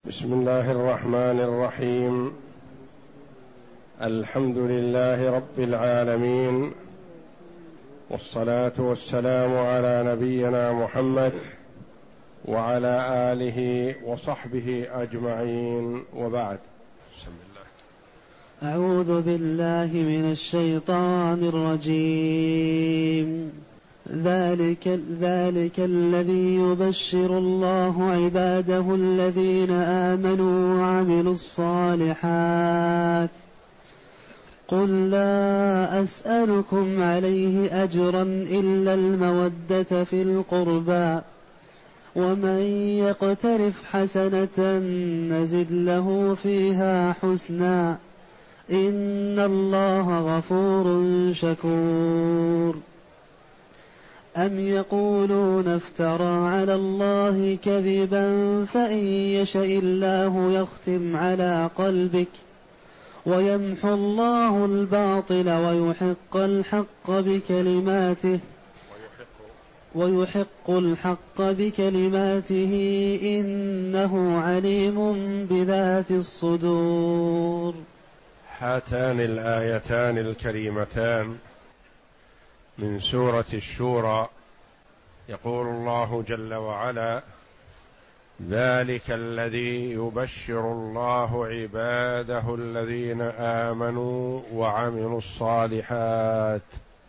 بسم الله الرحمن الرحيم. الحمد لله رب العالمين، والصلاة والسلام على نبينا محمد وعلى آله وصحبه أجمعين، وبعد. بسم الله. أعوذ بالله من الشيطان الرجيم. ذلك الذي يبشر الله عباده الذين آمنوا وعملوا الصالحات. قل لا أسألكم عليه أجرا إلا المودة في القربى، ومن يقترف حسنة نزد له فيها حسنا، إن الله غفور شكور. أم يقولون افترى على الله كذبا، فإن يشأ الله يختم على قلبك ويمحو الله الباطل ويحق الحق بكلماته إنه عليم بذات الصدور. هاتان الآيتان الكريمتان من سورة الشورى يقول الله جل وعلا: ذلك الذي يبشر الله عباده الذين آمنوا وعملوا الصالحات.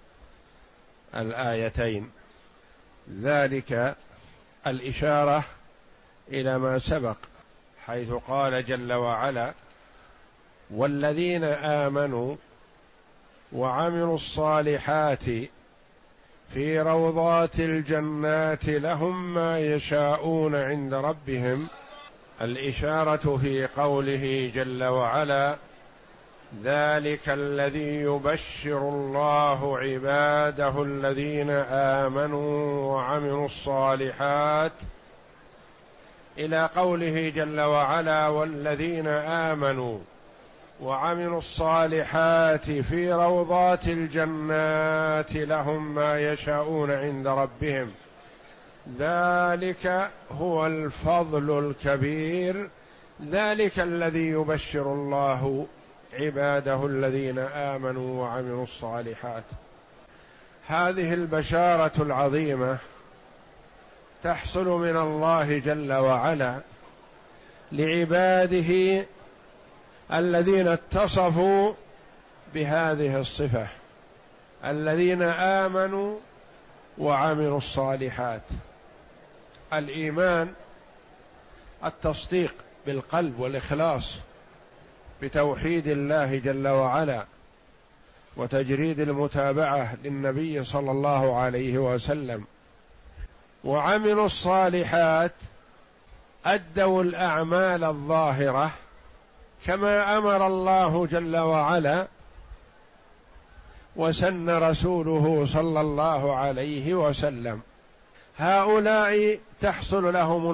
الآيتين ذلك الإشارة إلى ما سبق، حيث قال جل وعلا: والذين آمنوا وعملوا الصالحات في روضات الجنات لهم ما يشاءون عند ربهم. الإشارة في قوله جل وعلا: ذلك الذي يبشر الله عباده الذين آمنوا وعملوا الصالحات، إلى قوله جل وعلا: والذين آمنوا وعملوا الصالحات في روضات الجنات لهم ما يشاءون عند ربهم. ذلك هو الفضل الكبير، ذلك الذي يبشر الله عباده الذين آمنوا وعملوا الصالحات. هذه البشارة العظيمة تحصل من الله جل وعلا لعباده الذين اتصفوا بهذه الصفة، الذين آمنوا وعملوا الصالحات. الإيمان التصديق بالقلب والإخلاص بتوحيد الله جل وعلا، وتجريد المتابعة للنبي صلى الله عليه وسلم. وعملوا الصالحات أدوا الأعمال الظاهرة كما أمر الله جل وعلا وسن رسوله صلى الله عليه وسلم. هؤلاء تحصل لهم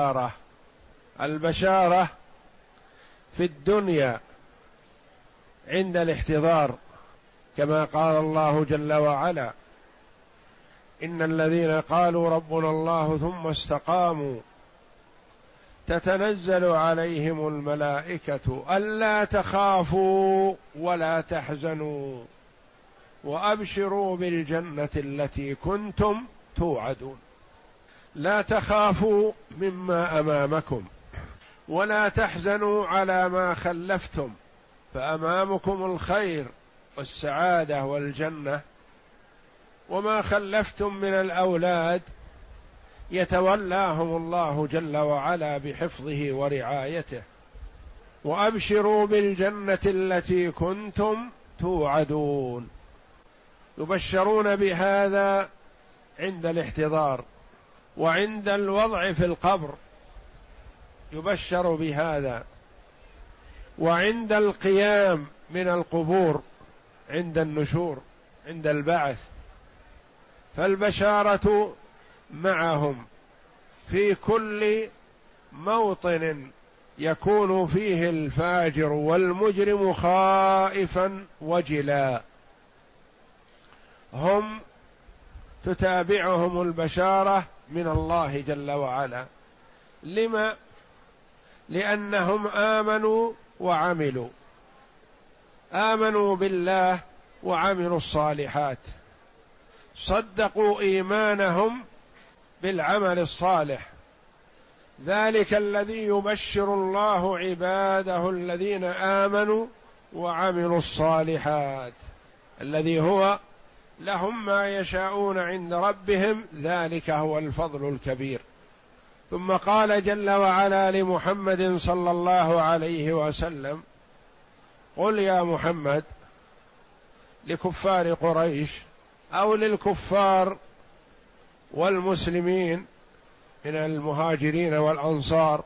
البشارة في الدنيا عند الاحتضار، كما قال الله جل وعلا: إن الذين قالوا ربنا الله ثم استقاموا تتنزل عليهم الملائكة ألا تخافوا ولا تحزنوا وأبشروا بالجنة التي كنتم توعدون. لا تخافوا مما أمامكم ولا تحزنوا على ما خلفتم، فأمامكم الخير والسعادة والجنة، وما خلفتم من الأولاد يتولاهم الله جل وعلا بحفظه ورعايته. وأبشروا بالجنة التي كنتم توعدون. يبشرون بهذا عند الاحتضار، وعند الوضع في القبر يبشر بهذا، وعند القيام من القبور، عند النشور، عند البعث. فالبشارة معهم في كل موطن يكون فيه الفاجر والمجرم خائفا وجلا، هم تتابعهم البشارة من الله جل وعلا. لما؟ لأنهم آمنوا بالله وعملوا الصالحات، صدقوا إيمانهم بالعمل الصالح. ذلك الذي يبشر الله عباده الذين آمنوا وعملوا الصالحات، الذي هو لهم ما يشاءون عند ربهم، ذلك هو الفضل الكبير. ثم قال جل وعلا لمحمد صلى الله عليه وسلم: قل يا محمد لكفار قريش أو للكفار والمسلمين من المهاجرين والأنصار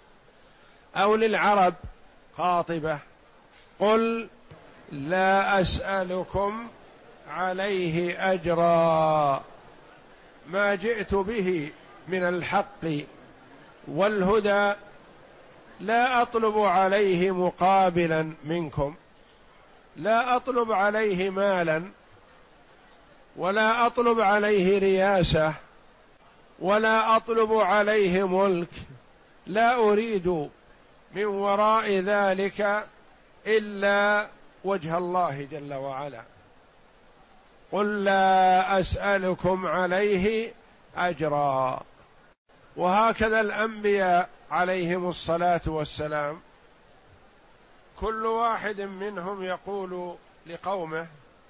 أو للعرب قاطبة: قل لا أسألكم عليه أجرا، ما جئت به من الحق والهدى لا أطلب عليه مقابلا منكم، لا أطلب عليه مالا، ولا أطلب عليه رياسة، ولا أطلب عليه ملك، لا أريد من وراء ذلك إلا وجه الله جل وعلا. قل لا أسألكم عليه أجرا. وهكذا الأنبياء عليهم الصلاة والسلام كل واحد منهم يقول لقومه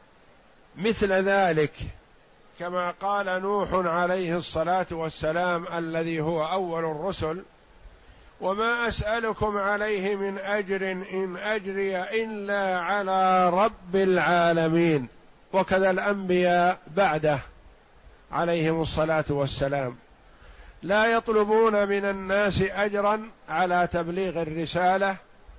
مثل ذلك، كما قال نوح عليه الصلاة والسلام الذي هو أول الرسل: وما أسألكم عليه من أجر إن أجري إلا على رب العالمين. وكذا الأنبياء بعده عليهم الصلاة والسلام لا يطلبون من الناس أجرا على تبليغ الرسالة،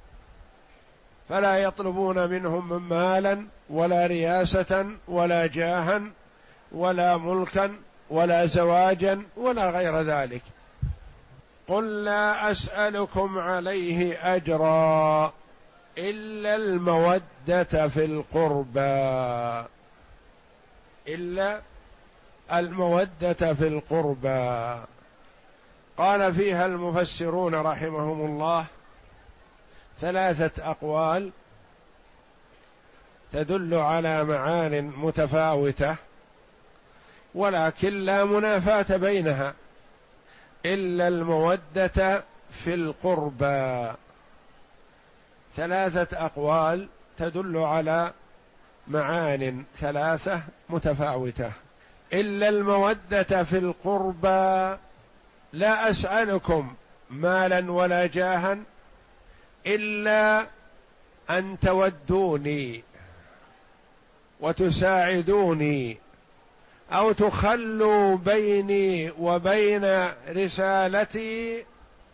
فلا يطلبون منهم من مالا ولا رياسة ولا جاها ولا ملكا ولا زواجا ولا غير ذلك. قل لا أسألكم عليه أجرا إلا المودة في القربى، إلا المودة في القربى. قال فيها المفسرون رحمهم الله 3 أقوال تدل على معان متفاوتة، ولكن لا منافاة بينها. إلا المودة في القربى، 3 أقوال تدل على معان 3 متفاوتة. إلا المودة في القربى، لا أسألكم مالا ولا جاها إلا أن تودوني وتساعدوني أو تخلوا بيني وبين رسالتي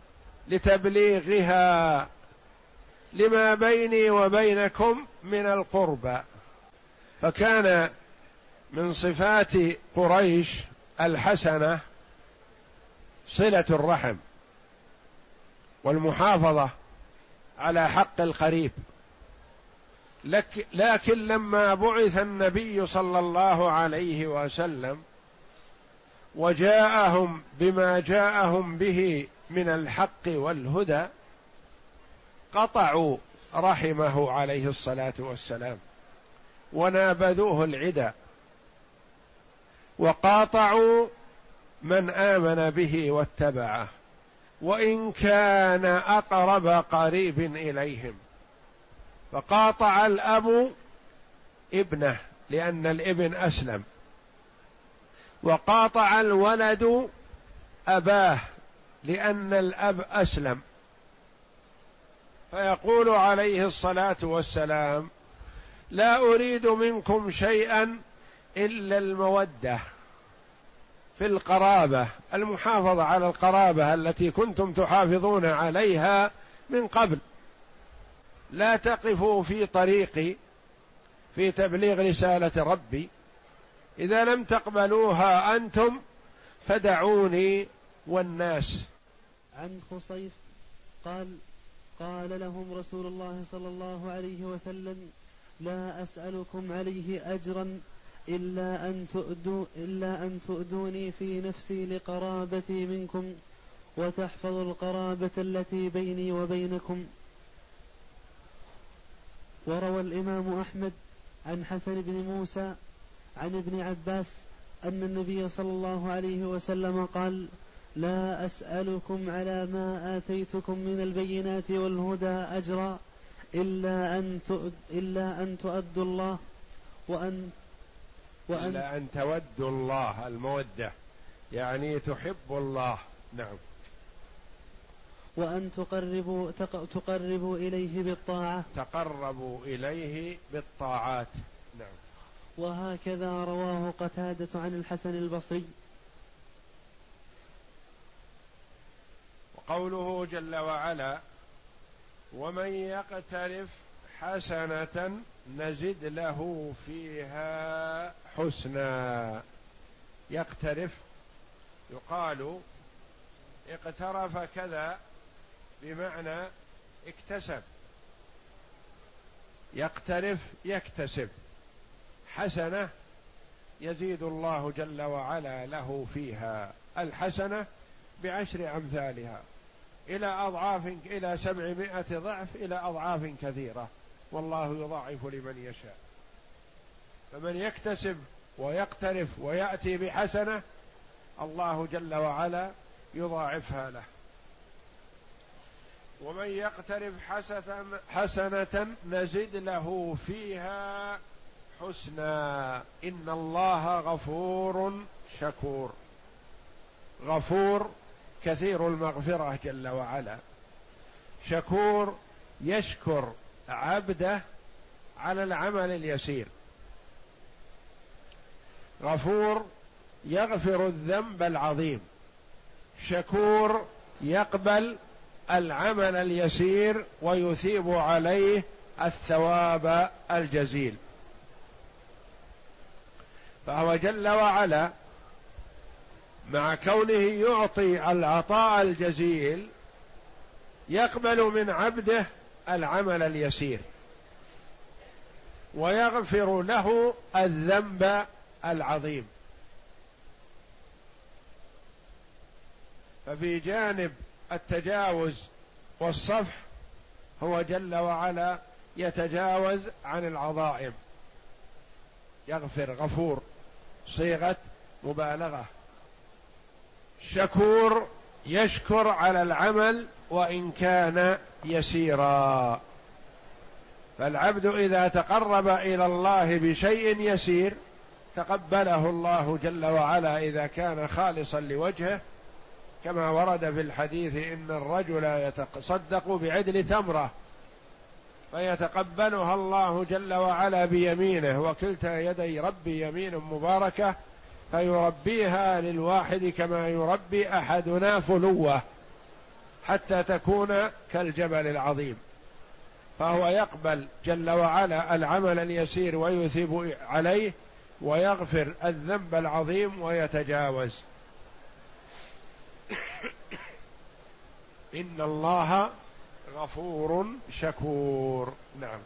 لتبليغها لما بيني وبينكم من القربى. فكان من صفات قريش الحسنة صلة الرحم والمحافظة على حق القريب. لكن لما بعث النبي صلى الله عليه وسلم وجاءهم بما جاءهم به من الحق والهدى قطعوا رحمه عليه الصلاة والسلام ونابذوه العدا، وقاطعوا من آمن به واتبعه وإن كان أقرب قريب إليهم. فقاطع الأب ابنه لأن الابن أسلم، وقاطع الولد أباه لأن الأب أسلم. فيقول عليه الصلاة والسلام: لا أريد منكم شيئا إلا المودة في القرابة، المحافظة على القرابة التي كنتم تحافظون عليها من قبل. لا تقفوا في طريقي في تبليغ رسالة ربي، إذا لم تقبلوها أنتم فدعوني والناس. عن خصيف قال لهم رسول الله صلى الله عليه وسلم: لا أسألكم عليه أجرا إلا أن تؤدوني في نفسي لقرابتي منكم، وتحفظوا القرابة التي بيني وبينكم. وروى الإمام أحمد عن حسن بن موسى عن ابن عباس أن النبي صلى الله عليه وسلم قال: لا أسألكم على ما آتيتكم من البينات والهدى أجرا إلا أن تؤدوا الله إلا أن تودوا الله، المودة يعني تحب الله. نعم. وأن تقربوا إليه بالطاعة. تقربوا إليه بالطاعات. نعم. وهكذا رواه قتادة عن الحسن البصري. وقوله جل وعلا: ومن يقترف حسنة نزد له فيها حسنا. يقترف يقال اقترف كذا بمعنى اكتسب. يقترف يكتسب حسنة يزيد الله جل وعلا له فيها. الحسنة ب10 أمثالها إلى أضعاف، إلى 700 ضعف، إلى أضعاف كثيرة، والله يضاعف لمن يشاء. فمن يكتسب ويقترف ويأتي بحسنة الله جل وعلا يضاعفها له. ومن يقترف حسنة نزد له فيها حسنا إن الله غفور شكور. غفور كثير المغفرة جل وعلا، شكور يشكر عبده على العمل اليسير. غفور يغفر الذنب العظيم، شكور يقبل العمل اليسير ويثيب عليه الثواب الجزيل. فهو جل وعلا مع كونه يعطي العطاء الجزيل يقبل من عبده العمل اليسير ويغفر له الذنب العظيم. ففي جانب التجاوز والصفح هو جل وعلا يتجاوز عن العظائم، يغفر، غفور صيغة مبالغة. شكور يشكر على العمل وإن كان يسيرا. فالعبد إذا تقرب إلى الله بشيء يسير تقبله الله جل وعلا إذا كان خالصا لوجهه، كما ورد في الحديث إن الرجل يتصدق بعدل تمرة فيتقبلها الله جل وعلا بيمينه، وكلتا يدي ربي يمين مباركة، فيربيها للواحد كما يربي أحدنا فلوة حتى تكون كالجبل العظيم. فهو يقبل جل وعلا العمل اليسير ويثيب عليه ويغفر الذنب العظيم ويتجاوز. إن الله غفور شكور. نعم.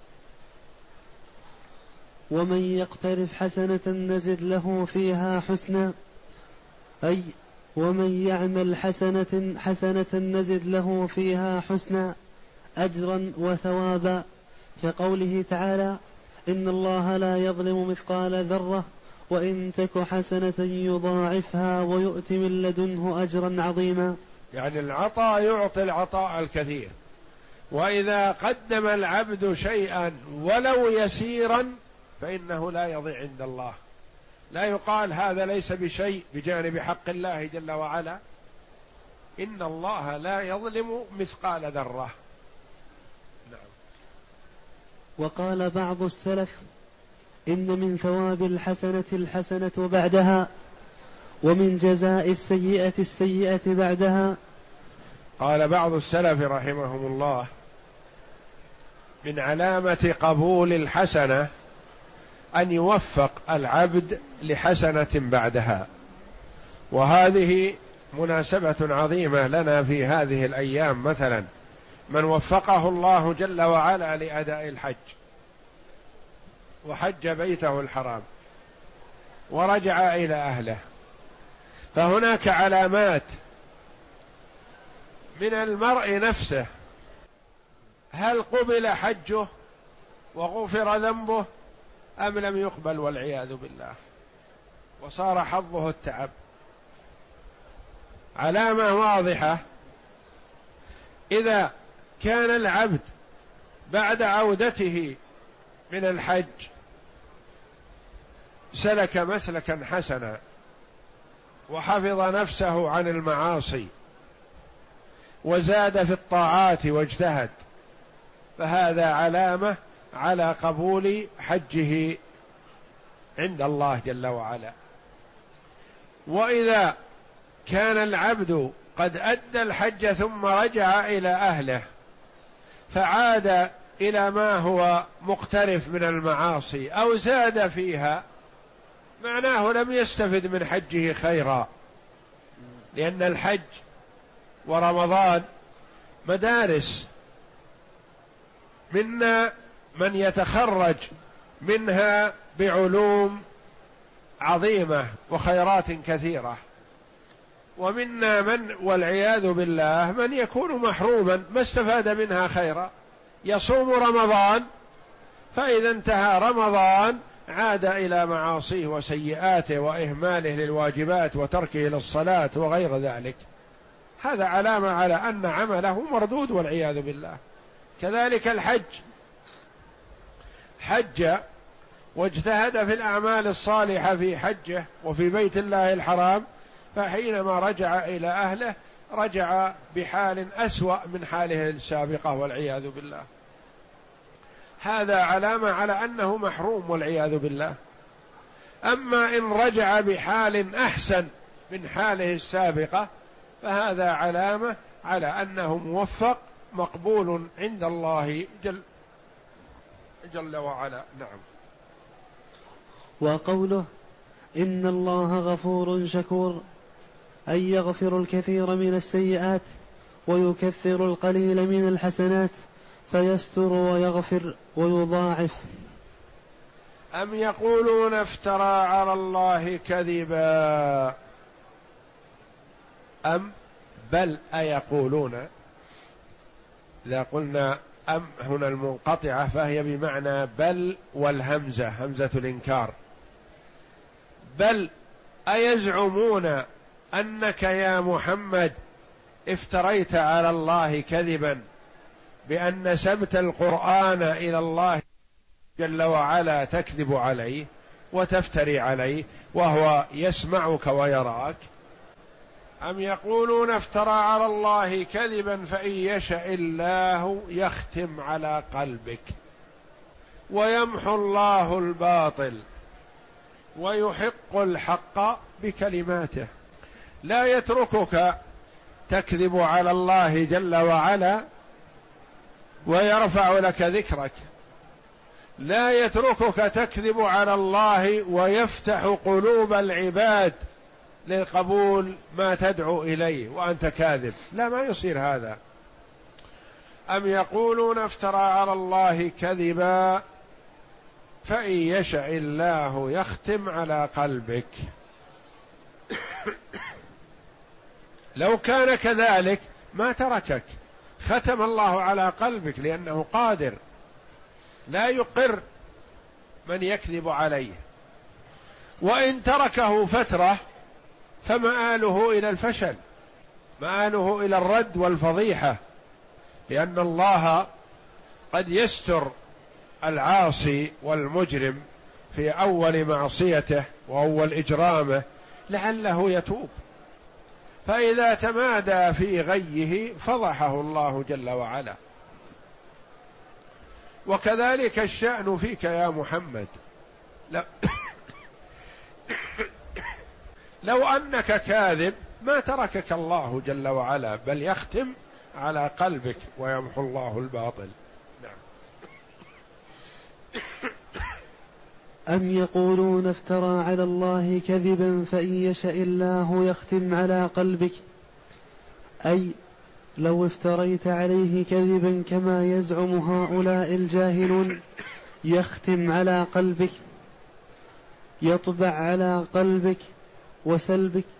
ومن يقترف حسنة نزد له فيها حسنا، أي ومن يعمل حسنة نزد له فيها حسنا أجرا وثوابا، كقوله تعالى: إن الله لا يظلم مثقال ذرة وإن تك حسنة يضاعفها ويؤت من لدنه أجرا عظيما. يعني العطاء يعطي العطاء الكثير، وإذا قدم العبد شيئا ولو يسيرا فإنه لا يضيع عند الله. لا يقال هذا ليس بشيء بجانب حق الله جل وعلا. إن الله لا يظلم مثقال ذرة. نعم. وقال بعض السلف: إن من ثواب الحسنة بعدها، ومن جزاء السيئة بعدها. قال بعض السلف رحمهم الله: من علامة قبول الحسنة أن يوفق العبد لحسنة بعدها. وهذه مناسبة عظيمة لنا في هذه الأيام. مثلا من وفقه الله جل وعلا لأداء الحج وحج بيته الحرام ورجع إلى أهله، فهناك علامات من المرء نفسه هل قبل حجه وغفر ذنبه أم لم يقبل والعياذ بالله، وصار حظه التعب. علامة واضحة: إذا كان العبد بعد عودته من الحج سلك مسلكا حسنا وحفظ نفسه عن المعاصي وزاد في الطاعات واجتهد، فهذا علامة على قبول حجه عند الله جل وعلا. وإذا كان العبد قد أدى الحج ثم رجع إلى أهله فعاد إلى ما هو مقترف من المعاصي أو زاد فيها، معناه لم يستفد من حجه خيرا، لأن الحج ورمضان مدارس، منا من يتخرج منها بعلوم عظيمة وخيرات كثيرة، ومنا من والعياذ بالله من يكون محروما ما استفاد منها خيرا، يصوم رمضان فإذا انتهى رمضان عاد إلى معاصيه وسيئاته وإهماله للواجبات وتركه للصلاة وغير ذلك. هذا علامة على أن عمله مردود والعياذ بالله. كذلك الحج، حج واجتهد في الأعمال الصالحة في حجه وفي بيت الله الحرام، فحينما رجع إلى أهله رجع بحال أسوأ من حاله السابقة والعياذ بالله. هذا علامة على أنه محروم والعياذ بالله. أما إن رجع بحال أحسن من حاله السابقة فهذا علامة على أنه موفق مقبول عند الله جل وعلا. نعم. وقوله إن الله غفور شكور، أي يغفر الكثير من السيئات ويكثر القليل من الحسنات، فيستر ويغفر ويضاعف. أم يقولون افترى على الله كذبا، أم بل أيقولون. إذا قلنا أم هنا المنقطعة فهي بمعنى بل والهمزة همزة الإنكار. بل أيزعمون أنك يا محمد افتريت على الله كذبا بأن نسبت القرآن إلى الله جل وعلا تكذب عليه وتفتري عليه وهو يسمعك ويراك. أم يقولون افترى على الله كذبا فإن يشاء الله يختم على قلبك ويمحو الله الباطل ويحق الحق بكلماته. لا يتركك تكذب على الله جل وعلا ويرفع لك ذكرك، لا يتركك تكذب على الله ويفتح قلوب العباد لقبول ما تدعو إليه وأنت كاذب، لا، ما يصير هذا. أم يقولون افترى على الله كذبا فإن يشاء الله يختم على قلبك. لو كان كذلك ما تركك، ختم الله على قلبك لأنه قادر لا يقر من يكذب عليه. وإن تركه فترة فمآله إلى الفشل، مآله إلى الرد والفضيحة، لأن الله قد يستر العاصي والمجرم في أول معصيته وأول إجرامه لعله يتوب، فإذا تمادى في غيه فضحه الله جل وعلا. وكذلك الشأن فيك يا محمد، لو أنك كاذب ما تركك الله جل وعلا، بل يختم على قلبك ويمحو الله الباطل. نعم. أم يقولون افترى على الله كذبا فإن يشاء الله يختم على قلبك، أي لو افتريت عليه كذبا كما يزعم هؤلاء الجاهلون يختم على قلبك، يطبع على قلبك وسلبك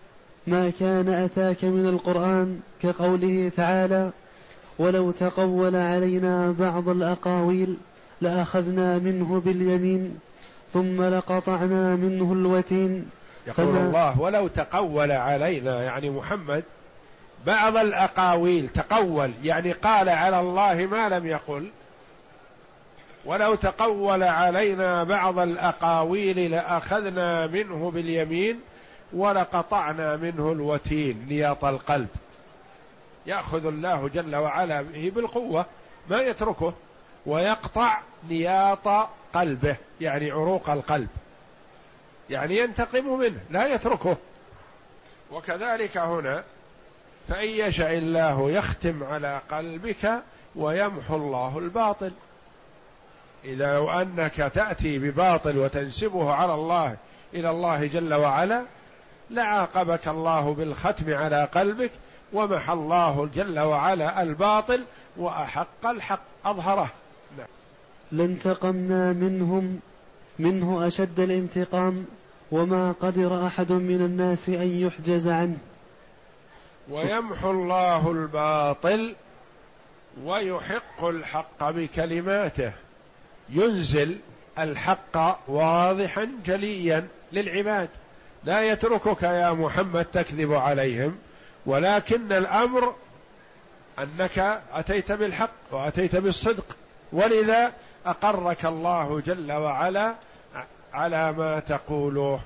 ما كان أتاك من القرآن كقوله تعالى ولو تقول علينا بعض الأقاويل لأخذنا منه باليمين ثم لقطعنا منه الوتين. يقول الله ولو تقول علينا، يعني محمد بعض الأقاويل، تقول يعني قال على الله ما لم يقل. ولو تقول علينا بعض الأقاويل لأخذنا منه باليمين ولقطعنا منه الوتين، نياط القلب. يأخذ الله جل وعلا به بالقوة ما يتركه، ويقطع نياط قلبه يعني عروق القلب، يعني ينتقم منه لا يتركه. وكذلك هنا فإن يشاء الله يختم على قلبك ويمحو الله الباطل. إذا لو أنك تأتي بباطل وتنسبه على الله إلى الله جل وعلا لعاقبك الله بالختم على قلبك، ومحى الله جل وعلا الباطل وأحق الحق أظهره. نعم. لانتقمنا منه أشد الانتقام وما قدر أحد من الناس أن يحجز عنه. ويمحو الله الباطل ويحق الحق بكلماته، ينزل الحق واضحا جليا للعباد، لا يتركك يا محمد تكذب عليهم، ولكن الأمر أنك أتيت بالحق وأتيت بالصدق، ولذا أقرك الله جل وعلا على ما تقوله.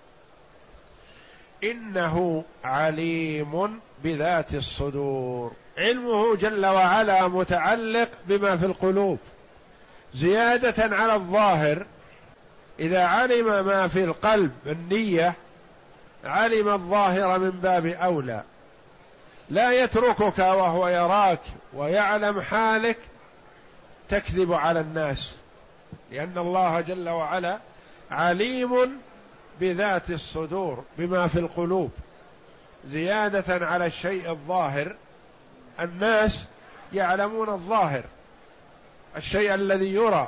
إنه عليم بذات الصدور، علمه جل وعلا متعلق بما في القلوب زيادة على الظاهر. إذا علم ما في القلب النية علم الظاهر من باب أولى، لا يتركك وهو يراك ويعلم حالك تكذب على الناس، لأن الله جل وعلا عليم بذات الصدور بما في القلوب زيادة على الشيء الظاهر. الناس يعلمون الظاهر، الشيء الذي يرى،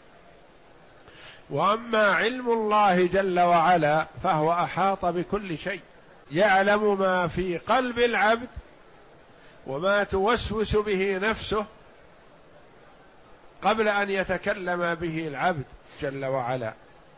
وأما علم الله جل وعلا فهو أحاط بكل شيء، يعلم ما في قلب العبد وما توسوس به نفسه قبل أن يتكلم به العبد جل وعلا.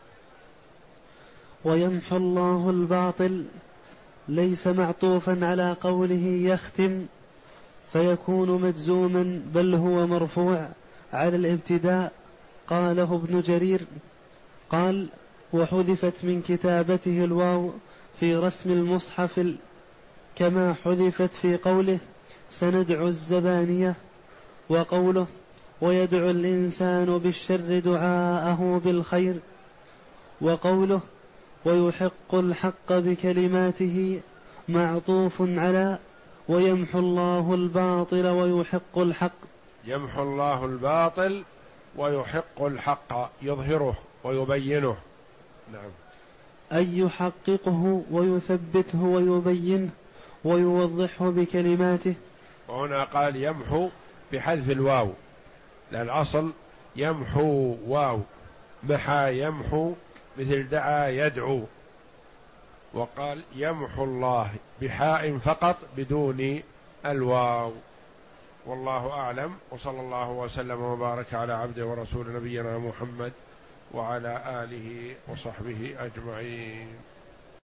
ويمحو الله الباطل ليس معطوفا على قوله يختم فيكون مجزوما، بل هو مرفوع على الابتداء. قاله ابن جرير قال وحذفت من كتابته الواو في رسم المصحف كما حذفت في قوله سندعو الزبانية، وقوله ويدعو الإنسان بالشر دعاءه بالخير، وقوله ويحق الحق بكلماته معطوف على ويمحو الله الباطل ويحق الحق. يمحو الله الباطل ويحق الحق، يظهره ويبينه. نعم. أي يحققه ويثبته ويبينه ويوضحه بكلماته. وهنا قال يمحو بحذف الواو، لأن الأصل يمحو واو، محى يمحو مثل دعا يدعو، وقال يمحو الله بحاء فقط بدون الواو. والله أعلم، وصلى الله وسلم وبارك على عبده ورسول نبينا محمد وعلى آله وصحبه أجمعين.